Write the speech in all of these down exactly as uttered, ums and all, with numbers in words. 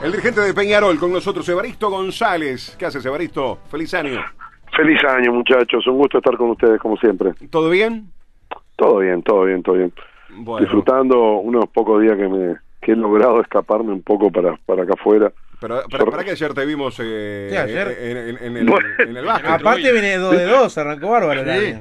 El dirigente de Peñarol con nosotros, Evaristo González. ¿Qué haces, Evaristo? Feliz año. Feliz año, muchachos. Un gusto estar con ustedes, como siempre. ¿Todo bien? Todo bien, todo bien, todo bien. Bueno. Disfrutando unos pocos días que me que he logrado escaparme un poco para, para acá afuera. Pero para, para que ayer te vimos eh, sí, ayer. En, en, en, el, bueno. en el básquet. Aparte viene dos de dos, arrancó bárbaro el año.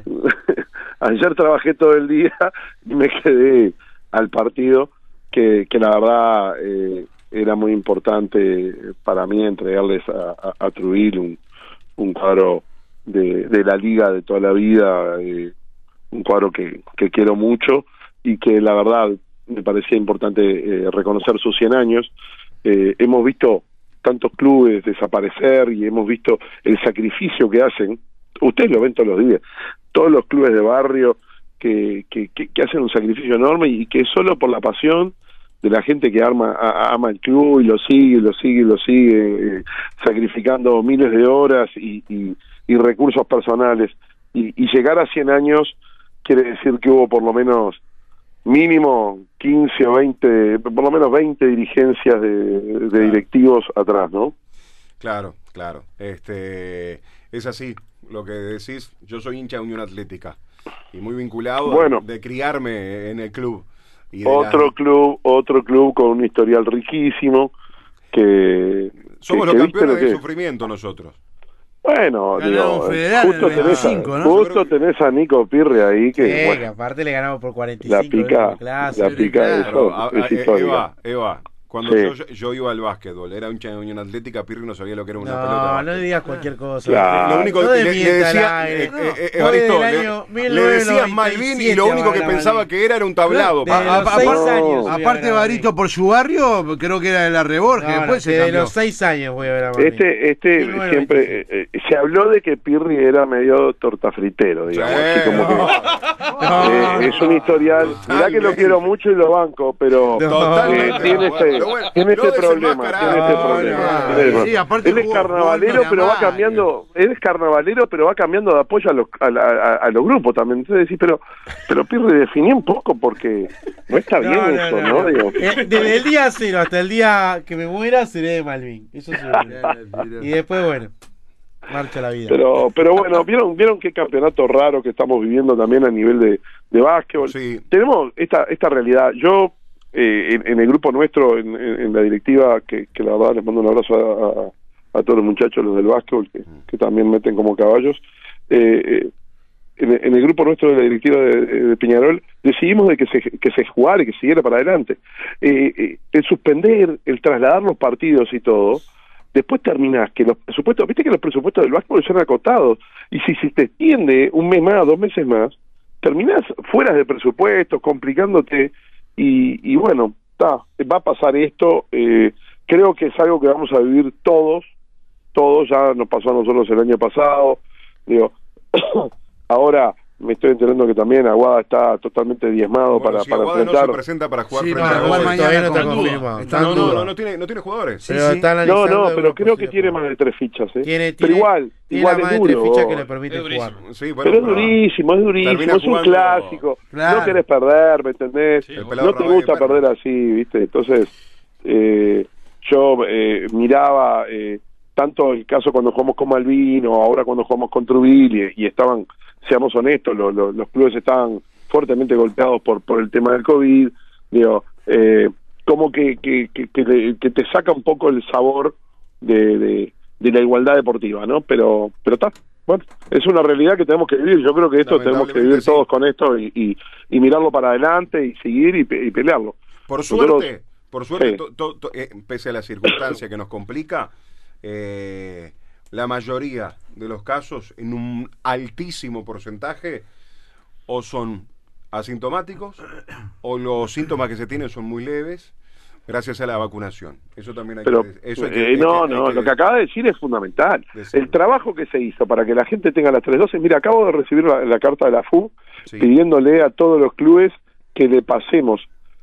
Ayer trabajé todo el día y me quedé al partido, que, que la verdad eh, era muy importante para mí entregarles a, a, a Trujillo un, un cuadro de, de la liga de toda la vida, eh, un cuadro que, que quiero mucho y que la verdad me parecía importante eh, reconocer sus cien años. Eh, hemos visto tantos clubes desaparecer y hemos visto el sacrificio que hacen, ustedes lo ven todos los días, todos los clubes de barrio que, que, que, que hacen un sacrificio enorme y que solo por la pasión de la gente que arma, a, ama el club y lo sigue, lo sigue, lo sigue, eh, sacrificando miles de horas y, y, y recursos personales. Y, y llegar a cien años quiere decir que hubo por lo menos mínimo quince o veinte, por lo menos veinte dirigencias de, de claro. directivos atrás, ¿no? Claro, claro. Este, es así lo que decís. Yo soy hincha de Unión Atlética y muy vinculado bueno, de, de criarme en el club. Y otro la... club, otro club con un historial riquísimo que... Somos que, los que campeones del que... sufrimiento nosotros. Bueno, digo, federal, justo, tenés, veinticinco, a, ¿no? justo tenés a Nico Pirri ahí que, sí, bueno, que aparte le ganamos por cuarenta y cinco. la pica, clase, la pica claro, eso, a, es a, histórica. Eva, Eva, cuando sí. yo, yo iba al básquetbol, era hincha de Unión Atlética, Pirri no sabía lo que era una no, pelota. No, no digas cualquier cosa. Claro. Lo único no que le, le decía, eh, no, eh, Evaristo, le, le decías Malvin y lo único que pensaba Malvin. que era era un tablado. Claro, a, a, no. años aparte, Evaristo, por su barrio, creo que era de la Reborja, no, después no, se de cambió. los seis años voy a ver a Malvin. Este, este siempre, eh, eh, se habló de que Pirri era medio tortafritero, digamos, sí, así como que no, eh, es un historial, mirá que lo quiero mucho y lo banco, pero no, eh, tiene este, bueno, tiene este problema, tiene este no, problema. no, tiene sí, aparte él es jugó, carnavalero, jugó pero va mal, cambiando, él es carnavalero, pero va cambiando de apoyo a los, a, a, a los grupos también. Entonces decís, pero, pero Pirri definió un poco porque no está bien no, eso, ¿no? no, no. Digo. Eh, desde el día cero hasta el día que me muera seré de Malvin, eso seguro. Y después, bueno, marcha la vida. Pero, pero bueno, vieron, vieron qué campeonato raro que estamos viviendo también a nivel de, de básquetbol. Sí. Tenemos esta, esta realidad. Yo eh, en, en el grupo nuestro, en, en, en la directiva, que, que la verdad les mando un abrazo a, a, a todos los muchachos, los del básquetbol, que, que también meten como caballos. Eh, en, en el grupo nuestro de la directiva de, de Peñarol decidimos de que se que se jugara y que siguiera para adelante. Eh, eh, el suspender, el trasladar los partidos y todo. Después terminás que los presupuestos, viste que los presupuestos del básquetbol son acotados, y si se te extiende un mes más, dos meses más, terminás fuera de presupuesto, complicándote, y, y bueno, ta, va a pasar esto, eh, creo que es algo que vamos a vivir todos, todos, ya nos pasó a nosotros el año pasado, digo, ahora me estoy enterando que también Aguada está totalmente diezmado bueno, para, si para Aguada enfrentar. no se presenta para jugar sí, frente no, a igual Godoy. mañana no está con confirmado. Está No, no, duda. no, no tiene, no tiene jugadores. Pero sí, está No, no, pero algunos creo que tiene jugar. más de tres fichas, ¿eh? Tiene, tiene, pero igual, tiene igual más es de tres duro. fichas que le permiten jugar. Sí, bueno, pero es durísimo, es durísimo, termina es un jugando... clásico, Claro. no querés perder, ¿me entendés? Sí, no te gusta perder así, ¿viste? Entonces, eh, yo eh, miraba eh, tanto el caso cuando jugamos con Malvin o ahora cuando jugamos con Trujillo y, y estaban, seamos honestos, lo, lo, los clubes estaban fuertemente golpeados por por el tema del COVID, digo, eh, como que que, que, que, que te saca un poco el sabor de, de, de la igualdad deportiva, ¿no? Pero pero está, bueno, es una realidad que tenemos que vivir. Yo creo que esto tenemos que vivir sí. todos con esto y, y, y mirarlo para adelante y seguir y, pe y pelearlo. Por suerte, Nosotros, por suerte, sí. to, to, to, eh, pese a la circunstancia que nos complica, eh, la mayoría de los casos, en un altísimo porcentaje, o son asintomáticos o los síntomas que se tienen son muy leves gracias a la vacunación. Eso también hay Pero, que eso hay que, eh, no, hay que, no, hay que, lo que acaba de decir es fundamental. Decirlo. El trabajo que se hizo para que la gente tenga las tres dosis, mira, acabo de recibir la, la carta de la F U sí. pidiéndole a todos los clubes que le pasemos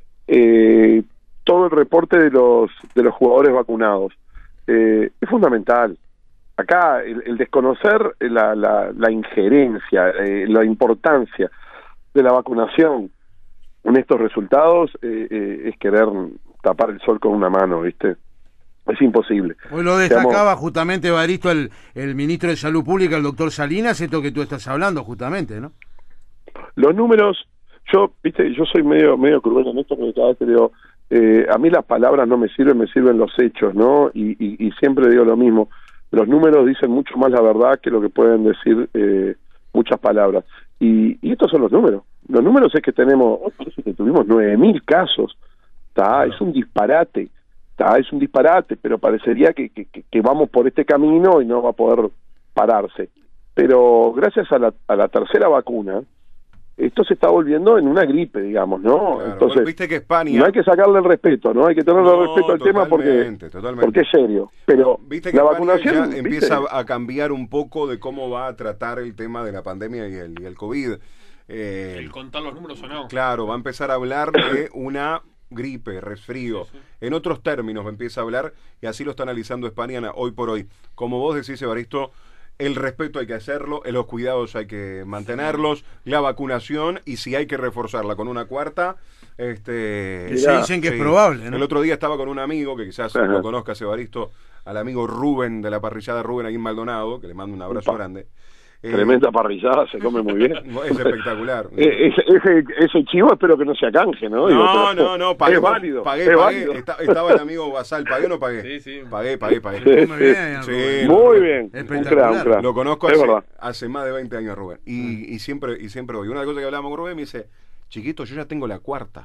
eh, todo el reporte de los de los jugadores vacunados. Eh, es fundamental. Acá el, el desconocer la, la, la injerencia, eh, la importancia de la vacunación en estos resultados eh, eh, es querer tapar el sol con una mano, ¿viste? es imposible. Hoy lo destacaba justamente, Evaristo, el, el ministro de Salud Pública, el doctor Salinas, esto que tú estás hablando justamente, ¿no? Los números, yo, viste, yo soy medio medio cruel en esto, porque cada vez que digo, eh, a mí las palabras no me sirven, me sirven los hechos, ¿no? Y, y, y siempre digo lo mismo, los números dicen mucho más la verdad que lo que pueden decir eh, muchas palabras. Y, y estos son los números. Los números es que tenemos, oh, parece que tuvimos nueve mil casos, ¿tá? Es un disparate. Es un disparate, pero parecería que, que, que vamos por este camino y no va a poder pararse. Pero gracias a la, a la tercera vacuna, esto se está volviendo en una gripe, digamos, ¿no? Claro. Entonces, bueno, viste que España... no hay que sacarle el respeto, ¿no? Hay que tenerle no, el respeto al tema porque, totalmente. porque es serio. Pero viste que la España vacunación ya ¿viste? empieza a cambiar un poco de cómo va a tratar el tema de la pandemia y el, y el COVID. Eh, el contar los números o no. Claro, va a empezar a hablar de una... gripe, resfrío, sí, sí. En otros términos empieza a hablar y así lo está analizando España hoy por hoy. Como vos decís, Evaristo, el respeto hay que hacerlo, los cuidados hay que mantenerlos, la vacunación y si hay que reforzarla con una cuarta, este, que se dicen que sí, es probable, ¿no? El otro día estaba con un amigo que quizás Ajá. lo conozcas, Evaristo, al amigo Rubén de la parrillada Rubén aquí en Maldonado, que le mando un abrazo Opa. grande. Tremenda eh, parrillada, se come muy bien. Es espectacular. Eh, ese, ese, ese chivo espero que no se acanje, ¿no? No, Digo, no, no, pagué. Es válido. Pagué, es pagué. válido. Está, estaba el amigo Basal, ¿pagué o no pagué? Sí, sí. Pagué, pagué, pagué. Sí, muy bien, sí, muy bien. Un crack, un crack. Lo conozco hace, hace más de veinte años, Rubén. Y, mm. y siempre y siempre voy. Una cosa que hablábamos con Rubén me dice, chiquito, yo ya tengo la cuarta.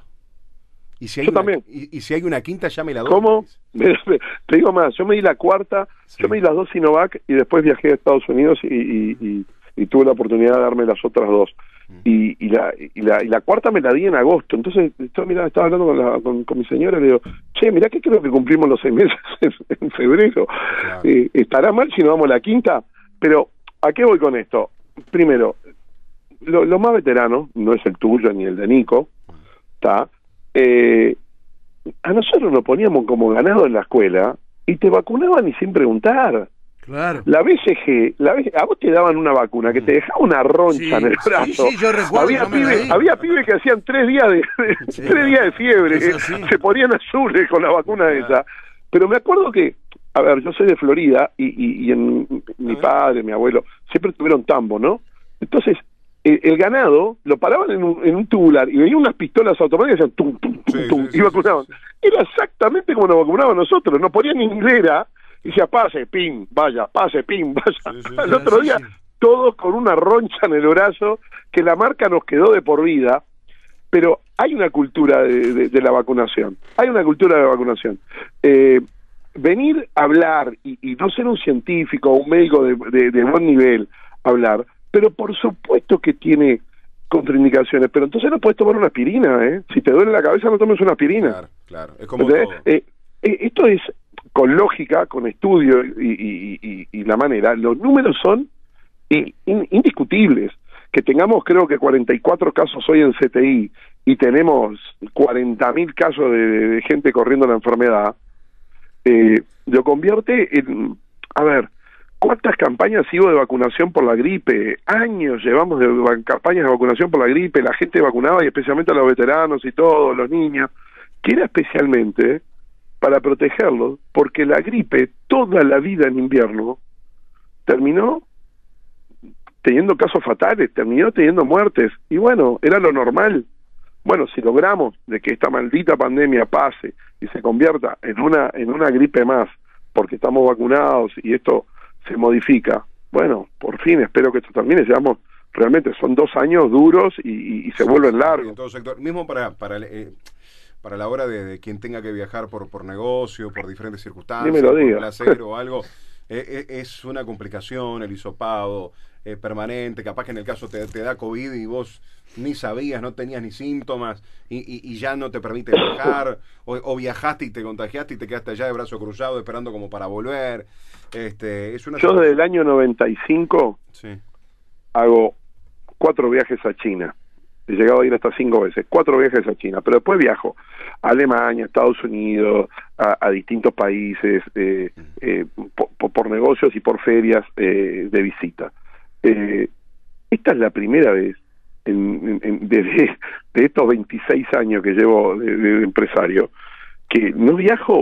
Y si hay yo una, también. Y, y si hay una quinta, ya me la doy. ¿Cómo? Te digo más, yo me di la cuarta, sí. yo me di las dos Sinovac y después viajé a Estados Unidos y... y, y y tuve la oportunidad de darme las otras dos. Y, y, la, y, la, y la cuarta me la di en agosto. Entonces, esto, mirá, estaba hablando con, la, con, con mi señora y le digo, che, mirá que creo que cumplimos los seis meses en, en febrero. Claro. Eh, ¿Estará mal si no vamos a la quinta? Pero, ¿a qué voy con esto? Primero, lo, lo más veterano, no es el tuyo ni el de Nico, ¿está? Eh, a nosotros nos poníamos como ganado en la escuela y te vacunaban y sin preguntar. Claro. La B C G, la B C G, a vos te daban una vacuna que te dejaba una roncha sí, en el brazo. Sí, sí, yo recuerdo. Había pibes había pibe que hacían tres días de, de sí, tres días de fiebre, sí. se ponían azules con la vacuna claro. esa. Pero me acuerdo que, a ver, yo soy de Florida y, y, y en, mi padre, mi abuelo, siempre tuvieron tambo, ¿no? Entonces, el, el ganado lo paraban en un, en un tubular y venían unas pistolas automáticas y hacían tum, tum, tum, sí, tum, sí, y vacunaban. Sí, sí, sí. Era exactamente como nos vacunaban nosotros, nos ponían inglera. Y decía, pase, pin, vaya, pase, pin, vaya. Sí, sí, el otro día, sí. todos con una roncha en el brazo, que la marca nos quedó de por vida, pero hay una cultura de, de, de la vacunación, hay una cultura de la vacunación. Eh, venir a hablar, y, y no ser un científico o un médico de, de, de buen nivel, hablar, pero por supuesto que tiene contraindicaciones, pero entonces no puedes tomar una aspirina, ¿eh? Si te duele la cabeza no tomes una aspirina. Claro, claro, es como todo. Eh, eh, esto es... con lógica, con estudio y, y, y, y la manera, los números son in, indiscutibles. Que tengamos creo que cuarenta y cuatro casos hoy en C T I y tenemos cuarenta mil casos de, de gente corriendo la enfermedad, eh, lo convierte en... A ver, ¿cuántas campañas hubo de vacunación por la gripe? Años llevamos de campañas de vacunación por la gripe, la gente vacunaba y especialmente a los veteranos y todos, los niños, que era especialmente... para protegerlos, porque la gripe toda la vida en invierno terminó teniendo casos fatales, terminó teniendo muertes, y bueno, era lo normal. Bueno, si logramos de que esta maldita pandemia pase y se convierta en una en una gripe más, porque estamos vacunados y esto se modifica, bueno, por fin espero que esto termine, llevamos, realmente son dos años duros y, y, y se sí, vuelven largos. En todo sector, mismo para... para eh... para la hora de, de quien tenga que viajar por por negocio, por diferentes circunstancias, por placer o algo, eh, eh, es una complicación, el hisopado eh, permanente, capaz que en el caso te, te da COVID y vos ni sabías, no tenías ni síntomas y, y, y ya no te permite viajar, o, o viajaste y te contagiaste y te quedaste allá de brazo cruzado esperando como para volver. Este, es una Yo desde el año noventa y cinco sí. hago cuatro viajes a China. He llegado a ir hasta cinco veces, cuatro viajes a China, pero después viajo a Alemania, Estados Unidos, a, a distintos países, eh, eh, por, por negocios y por ferias eh, de visita. Eh, esta es la primera vez en, en, en, de, de estos veintiséis años que llevo de, de empresario, que no viajo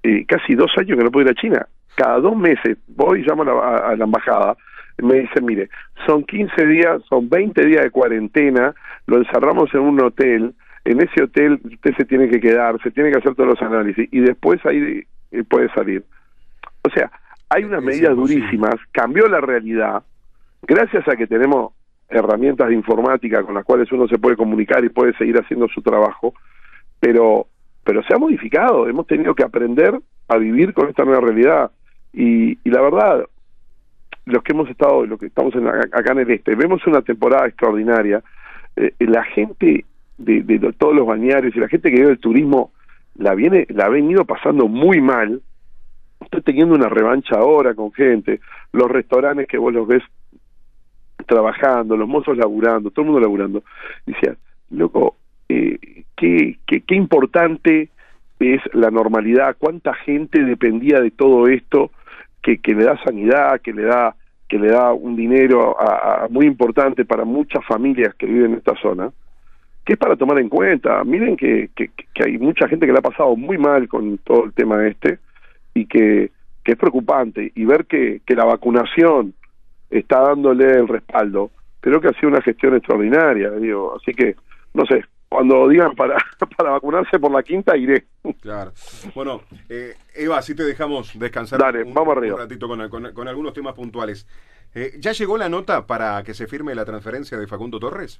eh, casi dos años que no puedo ir a China. Cada dos meses voy y llamo a la, a la embajada, me dicen, mire, son quince días, son veinte días de cuarentena, lo encerramos en un hotel, en ese hotel usted se tiene que quedar, se tiene que hacer todos los análisis, y después ahí eh, puede salir. O sea, hay unas medidas durísimas, cambió la realidad, gracias a que tenemos herramientas de informática con las cuales uno se puede comunicar y puede seguir haciendo su trabajo, pero pero se ha modificado, hemos tenido que aprender a vivir con esta nueva realidad, y, y la verdad, los que hemos estado, los que estamos en, acá en el este, vemos una temporada extraordinaria, eh, la gente de, de, de todos los balnearios y la gente que vive el turismo la viene, la ha venido pasando muy mal. Estoy teniendo una revancha ahora con gente, los restaurantes que vos los ves trabajando, los mozos laburando, todo el mundo laburando. Decía, loco, eh, qué, qué, qué importante es la normalidad, cuánta gente dependía de todo esto, que, que le da sanidad, que le da que le da un dinero a, a, muy importante para muchas familias que viven en esta zona, que es para tomar en cuenta. Miren que, que, que hay mucha gente que le ha pasado muy mal con todo el tema este, y que, que es preocupante, y ver que, que la vacunación está dándole el respaldo, creo que ha sido una gestión extraordinaria, digo, así que, no sé, cuando digan para, para vacunarse por la quinta, iré. Claro. Bueno, eh, Eva, así te dejamos descansar. Dale, un, vamos arriba. un ratito con, con, con algunos temas puntuales. Eh, ¿Ya llegó la nota para que se firme la transferencia de Facundo Torres?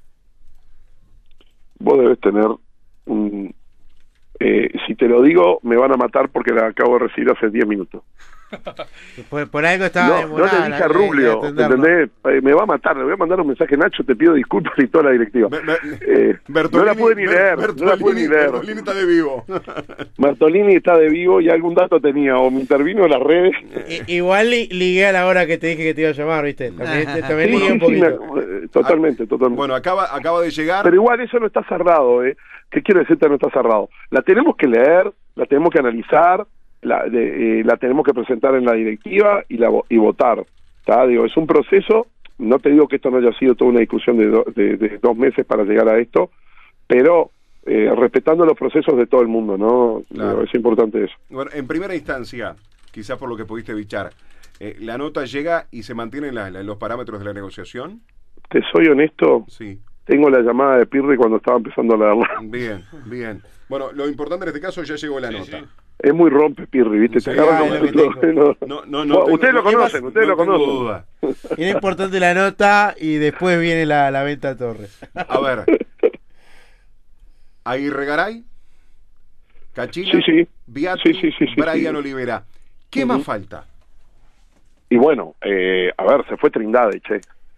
Vos debes tener un... Eh, si te lo digo, me van a matar porque la acabo de recibir hace diez minutos. Por, por algo estaba No, no te dije a Rubio, ¿entendés? Eh, me va a matar, le voy a mandar un mensaje, Nacho, te pido disculpas y toda la directiva. Be, be, eh, no la pude ni leer, no la pude ni leer. Bertolini está de vivo. Bertolini está de vivo y algún dato tenía, o me intervino en las redes. I, igual li, ligué a la hora que te dije que te iba a llamar, ¿viste? También, también sí, ligué sí, un poquito. Sí, me, totalmente, totalmente. Bueno, acaba, acaba de llegar. Pero igual eso no está cerrado, ¿eh? ¿Qué quiero decirte? No está cerrado. La tenemos que leer, la tenemos que analizar, la, de, eh, la tenemos que presentar en la directiva y la y votar. ¿Tá? Digo, es un proceso, no te digo que esto no haya sido toda una discusión de, do, de, de dos meses para llegar a esto, pero eh, respetando los procesos de todo el mundo, ¿no? Claro. Digo, es importante eso. Bueno, en primera instancia, quizás por lo que pudiste bichar, eh, ¿la nota llega y se mantienen la, la, los parámetros de la negociación? Te soy honesto, sí. Tengo la llamada de Pirri cuando estaba empezando a leerla. Bien, bien. Bueno, lo importante en este caso, ya llegó la sí, nota. Sí. Es muy rompe Pirri, ¿viste? Sí, Te agarra ah, como no, no, no, no, ustedes tengo, lo conocen, no, ustedes no lo conocen. Duda. Era importante la nota y después viene la, la venta a Torres. A ver. Aguirre Garay, Cachila, sí, sí. Biatti, sí, sí, sí, sí, Brian sí. Olivera. ¿Qué uh-huh. más falta? Y bueno, eh, a ver, se fue Trindade, che.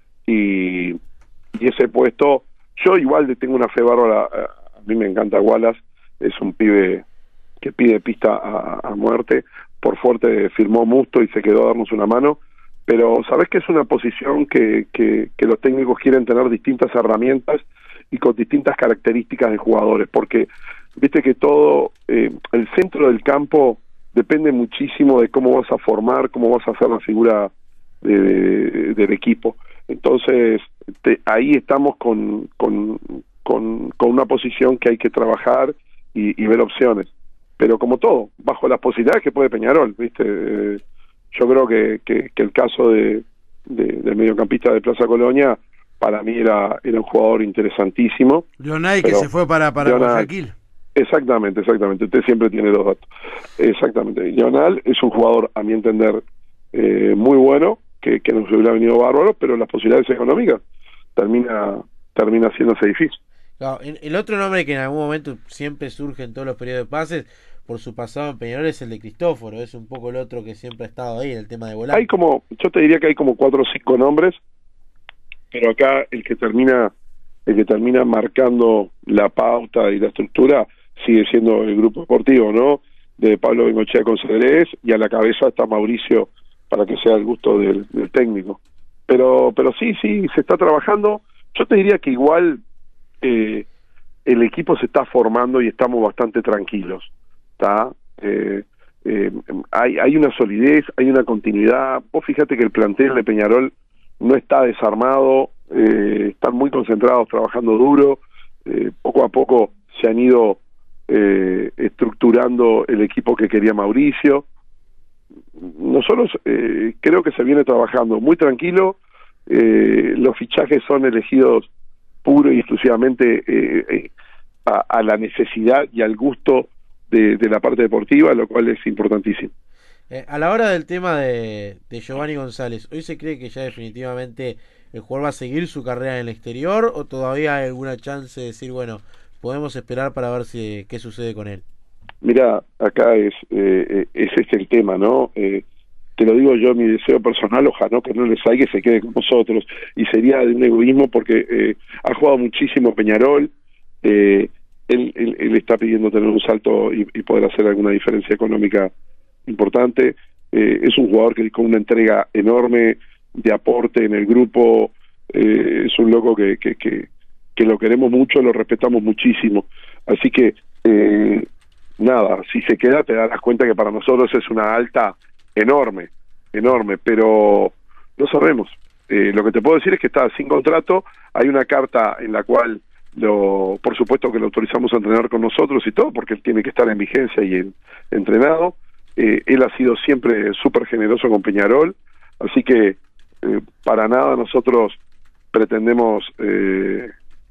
Y, y ese puesto, yo igual le tengo una fe bárbara. A mí me encanta Wallace, es un pibe que pide pista a, a muerte. Por fuerte firmó Musto y se quedó a darnos una mano. Pero sabés que es una posición que, que, que los técnicos quieren tener distintas herramientas y con distintas características de jugadores, porque viste que todo, eh, el centro del campo depende muchísimo de cómo vas a formar, cómo vas a hacer la figura de, de, del equipo. Entonces, te, ahí estamos con, con, con, con una posición que hay que trabajar y, y ver opciones. Pero como todo, bajo las posibilidades que puede Peñarol, ¿viste? Eh, yo creo que, que, que el caso de, de, del mediocampista de Plaza Colonia, para mí era, era un jugador interesantísimo. Leonay, que se fue para, para Guayaquil. Exactamente, exactamente. Usted siempre tiene los datos. Exactamente. Leonal es un jugador, a mi entender, eh, muy bueno, que, que nos hubiera venido bárbaro, pero las posibilidades económicas termina termina haciéndose difícil. Claro, el otro nombre que en algún momento siempre surge en todos los periodos de pases, por su pasado en Peñarol, es el de Cristóforo. Es un poco el otro que siempre ha estado ahí en el tema de volante. Hay como, yo te diría que hay como cuatro o cinco nombres, pero acá el que termina el que termina marcando la pauta y la estructura sigue siendo el grupo deportivo, ¿no? De Pablo Bengochea con Cedrés, y a la cabeza está Mauricio para que sea el gusto del, del técnico. Pero pero sí, sí, se está trabajando. Yo te diría que igual eh, el equipo se está formando y estamos bastante tranquilos, ¿está? Eh, eh, hay, hay una solidez, hay una continuidad. Vos fíjate que el plantel de Peñarol no está desarmado, eh, están muy concentrados, trabajando duro, eh, poco a poco se han ido eh, estructurando el equipo que quería Mauricio. Nosotros eh, creo que se viene trabajando muy tranquilo, eh, los fichajes son elegidos puro y exclusivamente eh, eh, a, a la necesidad y al gusto de, de la parte deportiva, lo cual es importantísimo. Eh, a la hora del tema de, de Giovanni González, ¿hoy se cree que ya definitivamente el jugador va a seguir su carrera en el exterior o todavía hay alguna chance de decir, bueno, podemos esperar para ver si qué sucede con él? Mira, acá es eh, es este el tema, ¿no? Eh, te lo digo yo, mi deseo personal, ojalá no, que no le salga y se quede con nosotros, y sería de un egoísmo porque eh, ha jugado muchísimo Peñarol, eh, él, él, él está pidiendo tener un salto y, y poder hacer alguna diferencia económica importante, eh, es un jugador que con una entrega enorme de aporte en el grupo, eh, es un loco que, que, que, que lo queremos mucho, lo respetamos muchísimo, así que eh, nada, si se queda te darás cuenta que para nosotros es una alta enorme, enorme, pero no sabemos. Eh, lo que te puedo decir es que está sin contrato, hay una carta en la cual, lo, por supuesto que lo autorizamos a entrenar con nosotros y todo, porque él tiene que estar en vigencia y en, entrenado. Eh, él ha sido siempre súper generoso con Peñarol, así que eh, para nada nosotros pretendemos eh,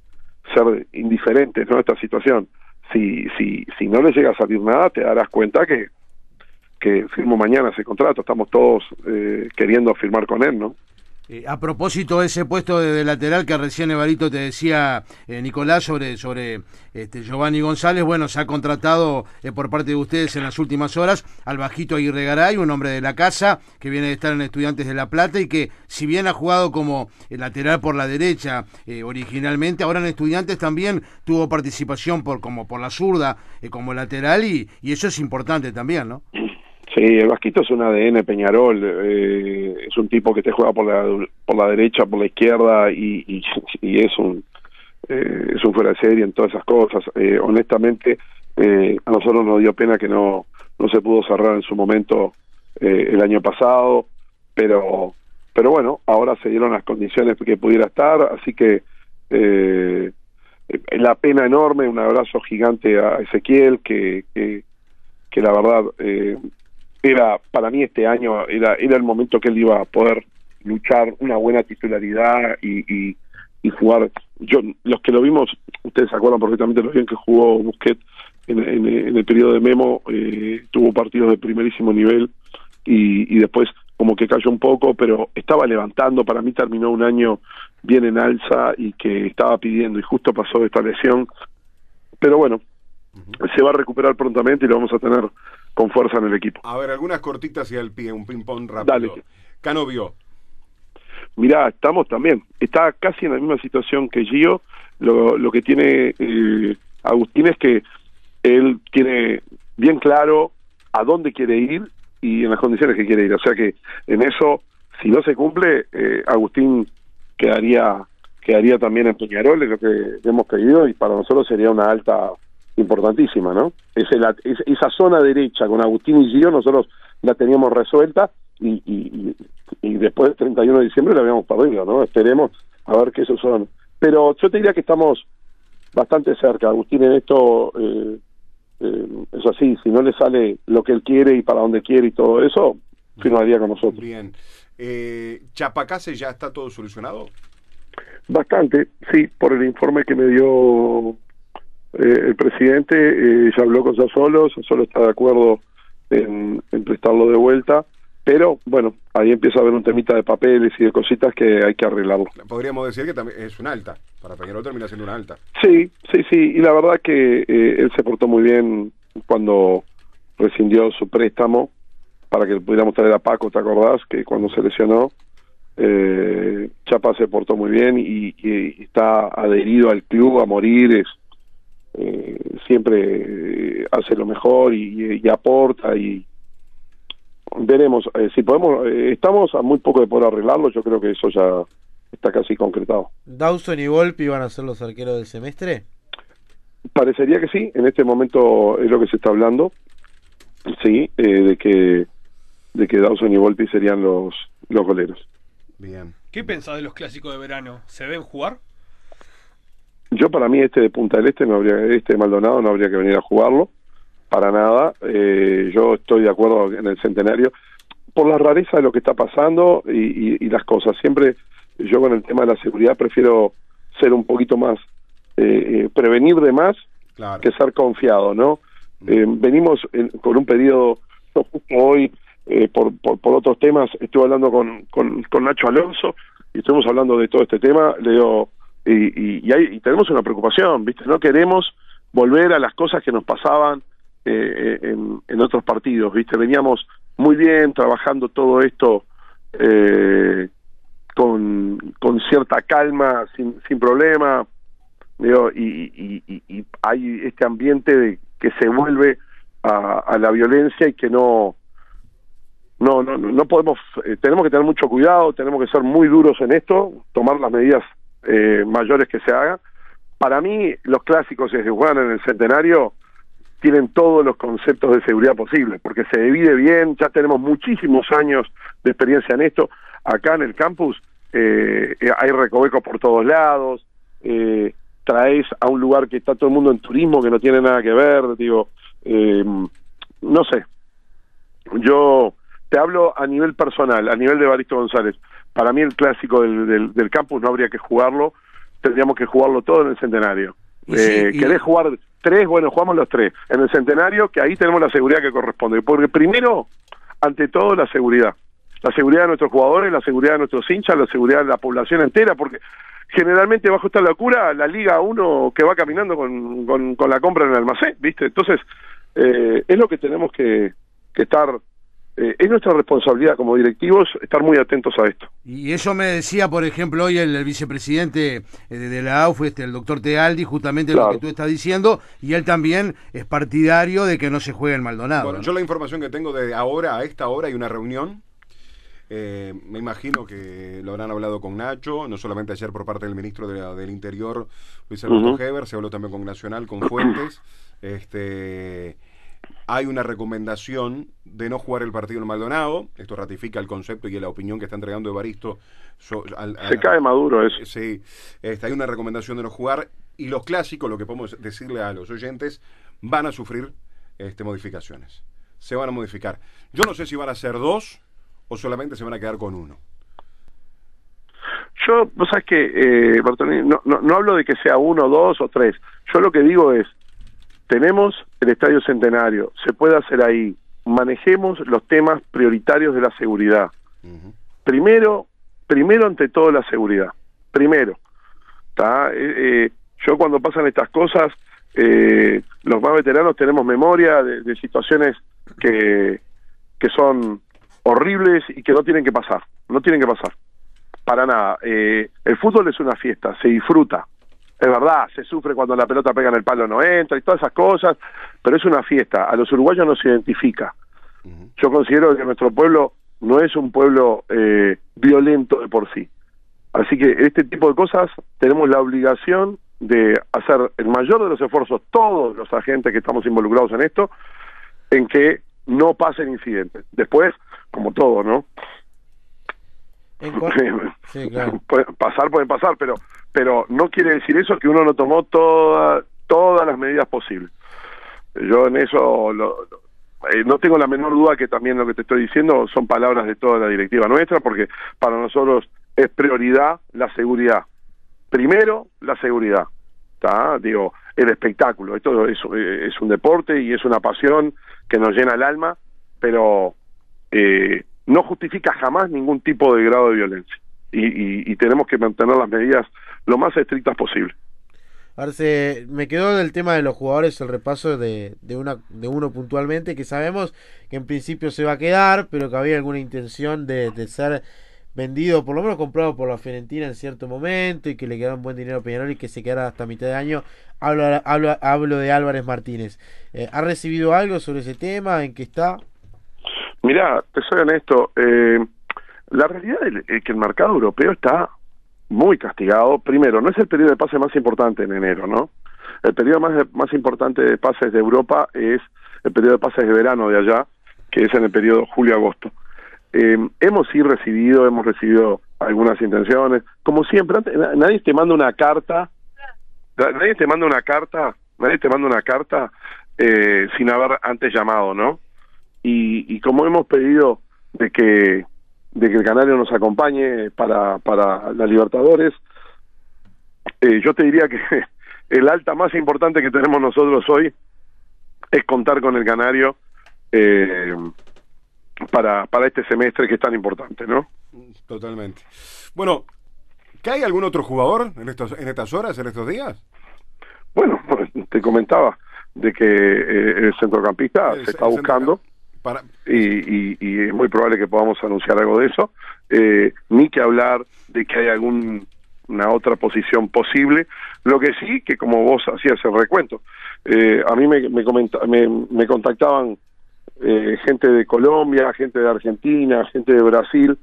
ser indiferentes, ¿no?, a esta situación. Si, si, si no le llega a salir nada, te darás cuenta que, que firmo mañana ese contrato. Estamos todos eh, queriendo firmar con él, ¿no? Eh, a propósito de ese puesto de, de lateral que recién Evarito te decía, eh, Nicolás, sobre sobre este, Giovanni González, bueno, se ha contratado eh, por parte de ustedes en las últimas horas al Bajito Aguirre Garay, un hombre de la casa que viene de estar en Estudiantes de La Plata y que, si bien ha jugado como el lateral por la derecha eh, originalmente, ahora en Estudiantes también tuvo participación por como por la zurda eh, como lateral y, y eso es importante también, ¿no? Sí, el Vasquito es un A D N Peñarol, eh, es un tipo que te juega por la por la derecha, por la izquierda y, y, y es un eh, es un fuera de serie en todas esas cosas. Eh, honestamente, eh, a nosotros nos dio pena que no no se pudo cerrar en su momento eh, el año pasado, pero pero bueno, ahora se dieron las condiciones que pudiera estar, así que eh, la pena enorme, un abrazo gigante a Ezequiel, que que, que la verdad eh, era, para mí este año era era el momento que él iba a poder luchar una buena titularidad y, y, y jugar. Yo, los que lo vimos, ustedes se acuerdan perfectamente lo bien que jugó Busquets en, en, en el periodo de Memo, eh, tuvo partidos de primerísimo nivel y, y después como que cayó un poco, pero estaba levantando. Para mí terminó un año bien en alza y que estaba pidiendo, y justo pasó esta lesión, pero bueno, uh-huh. se va a recuperar prontamente y lo vamos a tener con fuerza en el equipo. A ver, algunas cortitas y al pie, un ping-pong rápido. Dale. Canovio. Mirá, estamos también, está casi en la misma situación que Gio. Lo, lo que tiene eh, Agustín es que él tiene bien claro a dónde quiere ir y en las condiciones que quiere ir, o sea que en eso, si no se cumple, eh, Agustín quedaría quedaría también en Peñarol, es lo que hemos pedido, y para nosotros sería una alta importantísima, ¿no? Ese, la, es, esa zona derecha con Agustín y Gio nosotros la teníamos resuelta y, y, y después del treinta y uno de diciembre la habíamos perdido, ¿no? Esperemos a ver qué esos son. Pero yo te diría que estamos bastante cerca. Agustín en esto eh, eh, es así, si no le sale lo que él quiere y para dónde quiere y todo eso, firmaría con nosotros. Bien. Eh, ¿Chapacase ya está todo solucionado? Bastante, sí, por el informe que me dio Eh, el presidente, eh, ya habló con Sassuolo, Sassuolo está de acuerdo en, en prestarlo de vuelta, pero bueno, ahí empieza a haber un temita de papeles y de cositas que hay que arreglarlo. Podríamos decir que también es un alta, para Peñarol termina siendo una alta. Sí, sí, sí, y la verdad que eh, él se portó muy bien cuando rescindió su préstamo para que pudiéramos traer a Paco, ¿te acordás? Que cuando se lesionó, eh, Chapa se portó muy bien y, y está adherido al club a morir, es Eh, siempre eh, hace lo mejor y, y aporta y veremos eh, si podemos, eh, estamos a muy poco de poder arreglarlo, yo creo que eso ya está casi concretado. ¿Dawson y Volpi van a ser los arqueros del semestre? Parecería que sí, en este momento es lo que se está hablando, sí, eh, de que de que Dawson y Volpi serían los, los goleros. Bien. ¿Qué pensás de los clásicos de verano? ¿Se ven jugar? Yo para mí este de Punta del Este no habría, este de Maldonado no habría que venir a jugarlo, para nada. Eh, yo estoy de acuerdo en el Centenario, por la rareza de lo que está pasando y, y, y las cosas. Siempre yo con el tema de la seguridad prefiero ser un poquito más, eh, prevenir de más claro. que ser confiado, ¿no? Mm. Eh, venimos en, con un periodo, no, justo hoy, eh, por, por, por otros temas, estuve hablando con, con, con Nacho Alonso y estuvimos hablando de todo este tema, le digo, y, y, y, hay, y tenemos una preocupación, ¿viste? No queremos volver a las cosas que nos pasaban eh, en, en otros partidos, ¿viste? Veníamos muy bien trabajando todo esto eh, con, con cierta calma, sin, sin problema, digo, y, y, y, y hay este ambiente de que se vuelve a, a la violencia y que no no no no podemos, eh, tenemos que tener mucho cuidado, tenemos que ser muy duros en esto, tomar las medidas eh, mayores que se hagan. Para mí los clásicos que se juegan en el Centenario tienen todos los conceptos de seguridad posibles, porque se divide bien, ya tenemos muchísimos años de experiencia en esto. Acá en el campus eh, hay recovecos por todos lados, eh, traes a un lugar que está todo el mundo en turismo, que no tiene nada que ver, digo, eh, no sé. Yo te hablo a nivel personal, a nivel de Evaristo González. Para mí el clásico del, del, del campus no habría que jugarlo, tendríamos que jugarlo todo en el Centenario. Y eh, sí, y... ¿Querés jugar tres? Bueno, jugamos los tres. En el Centenario, que ahí tenemos la seguridad que corresponde. Porque primero, ante todo, la seguridad. La seguridad de nuestros jugadores, la seguridad de nuestros hinchas, la seguridad de la población entera, porque generalmente bajo esta locura, la Liga uno que va caminando con, con, con la compra en el almacén, ¿viste? Entonces, eh, es lo que tenemos que, que estar... Eh, es nuestra responsabilidad como directivos estar muy atentos a esto. Y eso me decía, por ejemplo, hoy el, el vicepresidente de, de la A U F, este, el doctor Tealdi, justamente claro. lo que tú estás diciendo, y él también es partidario de que no se juegue en Maldonado. Bueno, ¿no? Yo la información que tengo de ahora, a esta hora, hay una reunión. Eh, me imagino que lo habrán hablado con Nacho, no solamente ayer por parte del ministro de la, del Interior, Luis Alberto uh-huh. Heber, se habló también con Nacional, con Fuentes. Este... Hay una recomendación de no jugar el partido en Maldonado. Esto ratifica el concepto y la opinión que está entregando Evaristo. So, al, al, Se cae Maduro eso. Sí, este, hay una recomendación de no jugar. Y los clásicos, lo que podemos decirle a los oyentes, van a sufrir este, modificaciones. Se van a modificar. Yo no sé si van a ser dos o solamente se van a quedar con uno. Yo, vos sabés que, eh, Bertolini, no, no, no hablo de que sea uno, dos o tres. Yo lo que digo es, tenemos el Estadio Centenario, se puede hacer ahí, manejemos los temas prioritarios de la seguridad. Uh-huh. Primero, primero ante todo la seguridad, primero. ¿Tá? Eh, eh, yo cuando pasan estas cosas, eh, los más veteranos tenemos memoria de, de situaciones que, que son horribles y que no tienen que pasar, no tienen que pasar, para nada. Eh, el fútbol es una fiesta, se disfruta. Es verdad, se sufre cuando la pelota pega en el palo, no entra y todas esas cosas, pero es una fiesta. A los uruguayos no se identifica. Uh-huh. Yo considero que nuestro pueblo no es un pueblo eh, violento de por sí. Así que este tipo de cosas tenemos la obligación de hacer el mayor de los esfuerzos, todos los agentes que estamos involucrados en esto, en que no pasen incidentes. Después, como todo, ¿no? ¿En sí, claro. Pueden pasar, pueden pasar, pero pero no quiere decir eso que uno no tomó toda, todas las medidas posibles. Yo en eso lo, lo, eh, no tengo la menor duda que también lo que te estoy diciendo son palabras de toda la directiva nuestra, porque para nosotros es prioridad la seguridad. Primero, la seguridad. ¿Tá? Digo, el espectáculo. Esto es, es un deporte y es una pasión que nos llena el alma, pero eh, no justifica jamás ningún tipo de grado de violencia. Y, y, y tenemos que mantener las medidas lo más estrictas posible. Arce, me quedó del tema de los jugadores el repaso de, de, una, de uno puntualmente, que sabemos que en principio se va a quedar, pero que había alguna intención de, de ser vendido, por lo menos comprado por la Fiorentina en cierto momento, y que le quedaba un buen dinero a Peñarol y que se quedara hasta mitad de año. Hablo, hablo, hablo de Álvarez Martínez. Eh, ¿Ha recibido algo sobre ese tema? ¿En qué está? Mirá, te soy honesto, eh, la realidad es que el mercado europeo está muy castigado. Primero, no es el periodo de pase más importante en enero, ¿no? El periodo más, más importante de pases de Europa es el periodo de pases de verano de allá, que es en el periodo julio-agosto. Eh, hemos sí recibido, hemos recibido algunas intenciones. Como siempre, nadie te manda una carta nadie te manda una carta, nadie te manda una carta eh, sin haber antes llamado, ¿no? Y, y como hemos pedido de que de que el Canario nos acompañe para para la Libertadores, eh, yo te diría que el alta más importante que tenemos nosotros hoy es contar con el Canario eh, para para este semestre que es tan importante, ¿no? Totalmente. Bueno, ¿cae algún otro jugador en estos en estas horas, en estos días? Bueno, te comentaba de que eh, el centrocampista El- se está el buscando Para... y, y, y es muy probable que podamos anunciar algo de eso, eh, ni que hablar de que hay alguna otra posición posible. Lo que sí, que como vos hacías el recuento, eh, a mí me me, comenta, me, me contactaban eh, gente de Colombia, gente de Argentina, gente de Brasil,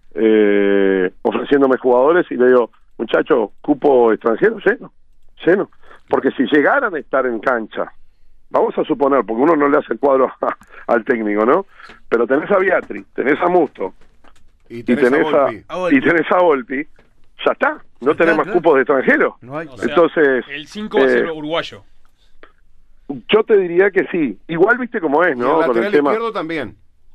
eh, ofreciéndome jugadores, y le digo, muchachos, cupo extranjero lleno, lleno, porque si llegaran a estar en cancha, vamos a suponer, porque uno no le hace el cuadro a, al técnico, ¿no? Pero tenés a Beatriz, tenés a Musto, Y y tenés, tenés a a, Volpi. A Volpi. y tenés a Volpi, ya está, no está, tenés más claro. cupos de extranjero. No hay. O sea, Entonces, el cinco va a ser eh, uruguayo. yo te diría que sí, igual viste cómo es, Y ¿no? el Con el lateral tema, izquierdo también.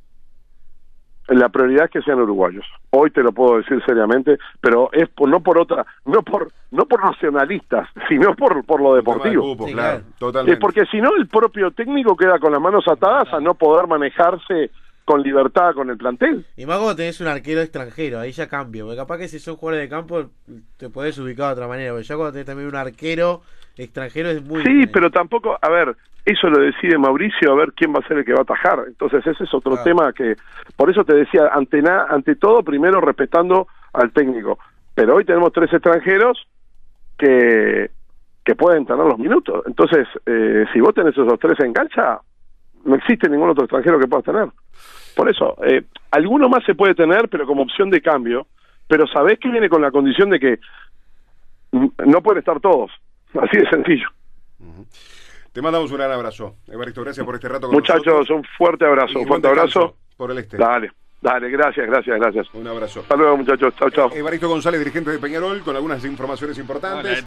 la prioridad es que sean uruguayos. Hoy te lo puedo decir seriamente, pero es por, no por otra, no por no por nacionalistas, sino por por lo El tema del deportivo. cupo, Sí, claro, claro. totalmente. Es porque si no el propio técnico queda con las manos atadas a no poder manejarse con libertad con el plantel. Y más cuando tenés un arquero extranjero, ahí ya cambio. Porque capaz que si son jugadores de campo te podés ubicar de otra manera. Pero ya cuando tenés también un arquero extranjero es muy Sí, diferente. pero tampoco, a ver, eso lo decide Mauricio, a ver quién va a ser el que va a atajar. Entonces ese es otro Claro. tema que, por eso te decía, ante, na, ante todo, primero respetando al técnico. Pero hoy tenemos tres extranjeros que, que pueden tener los minutos. Entonces, eh, si vos tenés esos tres en cancha, no existe ningún otro extranjero que puedas tener. Por eso, eh, alguno más se puede tener, pero como opción de cambio, pero sabés que viene con la condición de que mm, no pueden estar todos. Así de sencillo. Te mandamos un gran abrazo. Evaristo, gracias por este rato con Muchachos, nosotros. un fuerte abrazo, Y un buen fuerte abrazo. descanso por el este. Dale, dale, gracias, gracias, gracias. Un abrazo. Hasta luego, muchachos. Chao, chao. Evaristo González, dirigente de Peñarol, con algunas informaciones importantes. Hola,